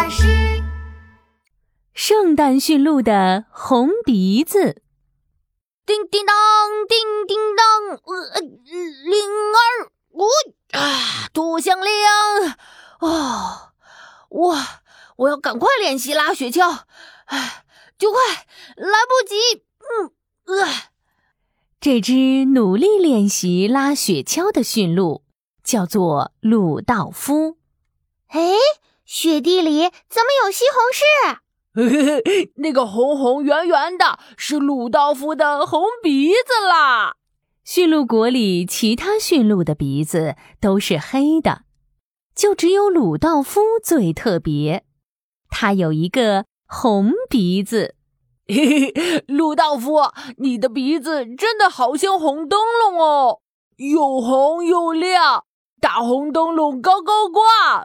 巴士。 圣诞驯鹿的红鼻子。 叮叮当，叮叮当，铃儿，多响亮！我要赶快练习拉雪橇，就快来不及。 这只努力练习拉雪橇的驯鹿叫做鲁道夫。 雪地里怎么有西红柿？ 那个红红圆圆的是鲁道夫的红鼻子啦。 驯鹿国里其他驯鹿的鼻子都是黑的，就只有鲁道夫最特别，他有一个红鼻子。 鲁道夫，你的鼻子真的好像红灯笼哦，又红又亮，大红灯笼高高挂。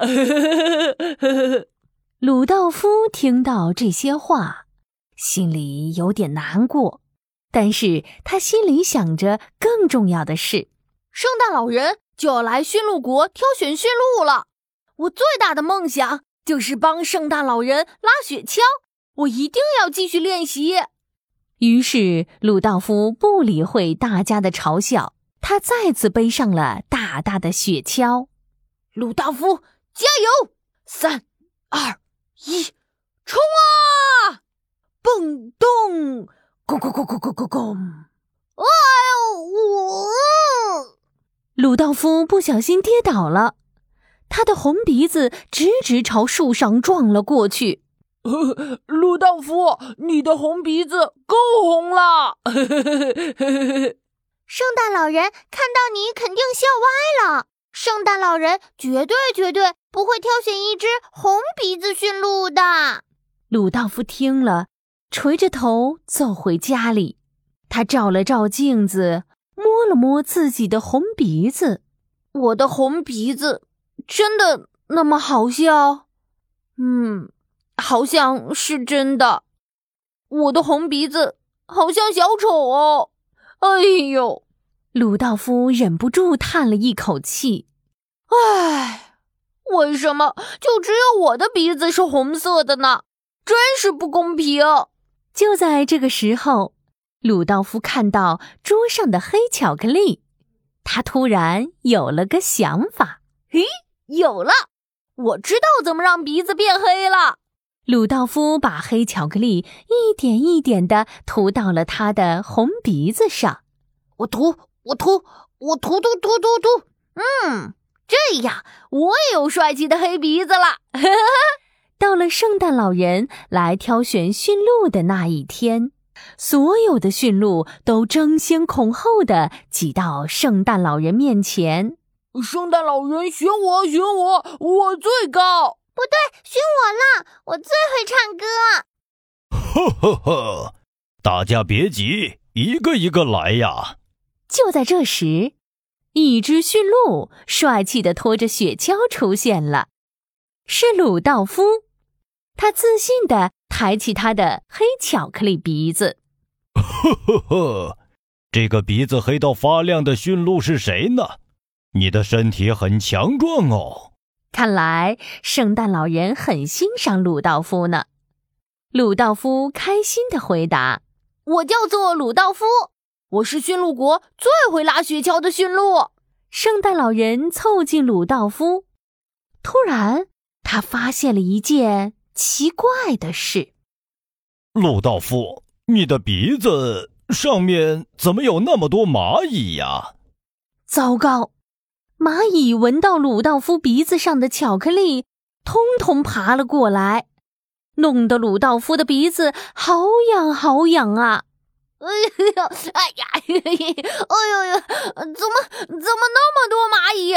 鲁道夫听到这些话，心里有点难过，但是他心里想着更重要的事。 圣诞老人就要来驯鹿国挑选驯鹿了，我最大的梦想就是帮圣诞老人拉雪橇，我一定要继续练习。 于是鲁道夫不理会大家的嘲笑，他再次背上了大大的雪橇。 鲁道夫，加油！3、2、1，冲啊！蹦咚，咕咕咕咕咕咕咕！ 鲁道夫不小心跌倒了，他的红鼻子直直朝树上撞了过去。 鲁道夫，你的红鼻子够红了！ 圣诞老人看到你肯定笑歪了。圣诞老人绝对不会挑选一只红鼻子驯鹿的。 鲁道夫听了，垂着头走回家里。他照了照镜子，摸了摸自己的红鼻子。 我的红鼻子真的那么好笑？好像是真的。我的红鼻子好像小丑哦。哎呦！ 鲁道夫忍不住叹了一口气。 为什么就只有我的鼻子是红色的呢？真是不公平。 就在这个时候，鲁道夫看到桌上的黑巧克力，他突然有了个想法。 有了！我知道怎么让鼻子变黑了。 鲁道夫把黑巧克力一点一点地涂到了他的红鼻子上。 我涂，这样我也有帅气的黑鼻子了。 到了圣诞老人来挑选驯鹿的那一天，所有的驯鹿都争先恐后地挤到圣诞老人面前。 圣诞老人选我，我最高。 不对，选我了，我最会唱歌。大家别急，一个一个来呀。 就在这时，一只驯鹿帅气地拖着雪橇出现了，是鲁道夫。他自信地抬起他的黑巧克力鼻子。 这个鼻子黑到发亮的驯鹿是谁呢？你的身体很强壮哦。 看来圣诞老人很欣赏鲁道夫呢。鲁道夫开心地回答： 我叫做鲁道夫，我是驯鹿国最会拉雪橇的驯鹿。 圣诞老人凑近鲁道夫，突然他发现了一件奇怪的事。 鲁道夫，你的鼻子上面怎么有那么多蚂蚁呀？ 糟糕！蚂蚁闻到鲁道夫鼻子上的巧克力，通通爬了过来，弄得鲁道夫的鼻子好痒好痒啊！ 怎么那么多蚂蚁？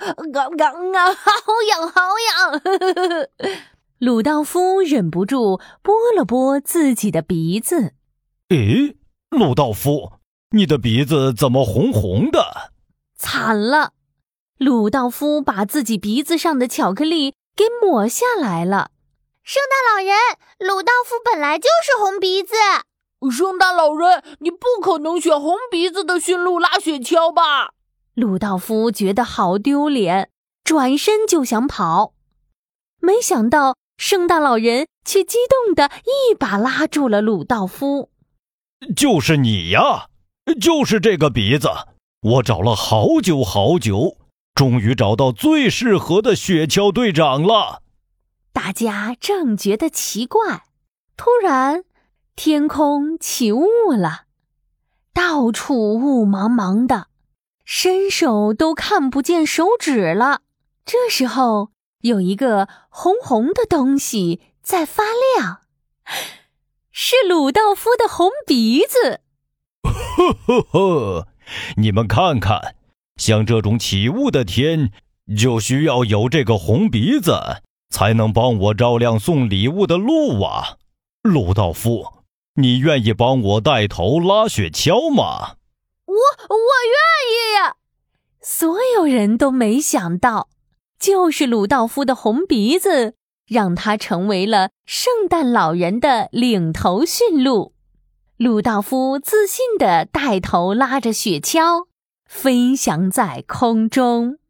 好痒！ 鲁道夫忍不住拨了拨自己的鼻子。 鲁道夫，你的鼻子怎么红红的？ 惨了！鲁道夫把自己鼻子上的巧克力给抹下来了。 圣诞老人，鲁道夫本来就是红鼻子。 圣诞老人，你不可能选红鼻子的驯鹿拉雪橇吧？ 鲁道夫觉得好丢脸，转身就想跑。没想到圣诞老人却激动地一把拉住了鲁道夫。 就是你呀，就是这个鼻子，我找了好久好久，终于找到最适合的雪橇队长了。 大家正觉得奇怪，突然天空起雾了，到处雾茫茫的，伸手都看不见手指了。这时候有一个红红的东西在发亮，是鲁道夫的红鼻子。 呵呵呵，你们看看，像这种起雾的天，就需要有这个红鼻子，才能帮我照亮送礼物的路啊。鲁道夫，你愿意帮我带头拉雪橇吗？ 我愿意。 所有人都没想到，就是鲁道夫的红鼻子，让他成为了圣诞老人的领头驯鹿。鲁道夫自信地带头拉着雪橇，飞翔在空中。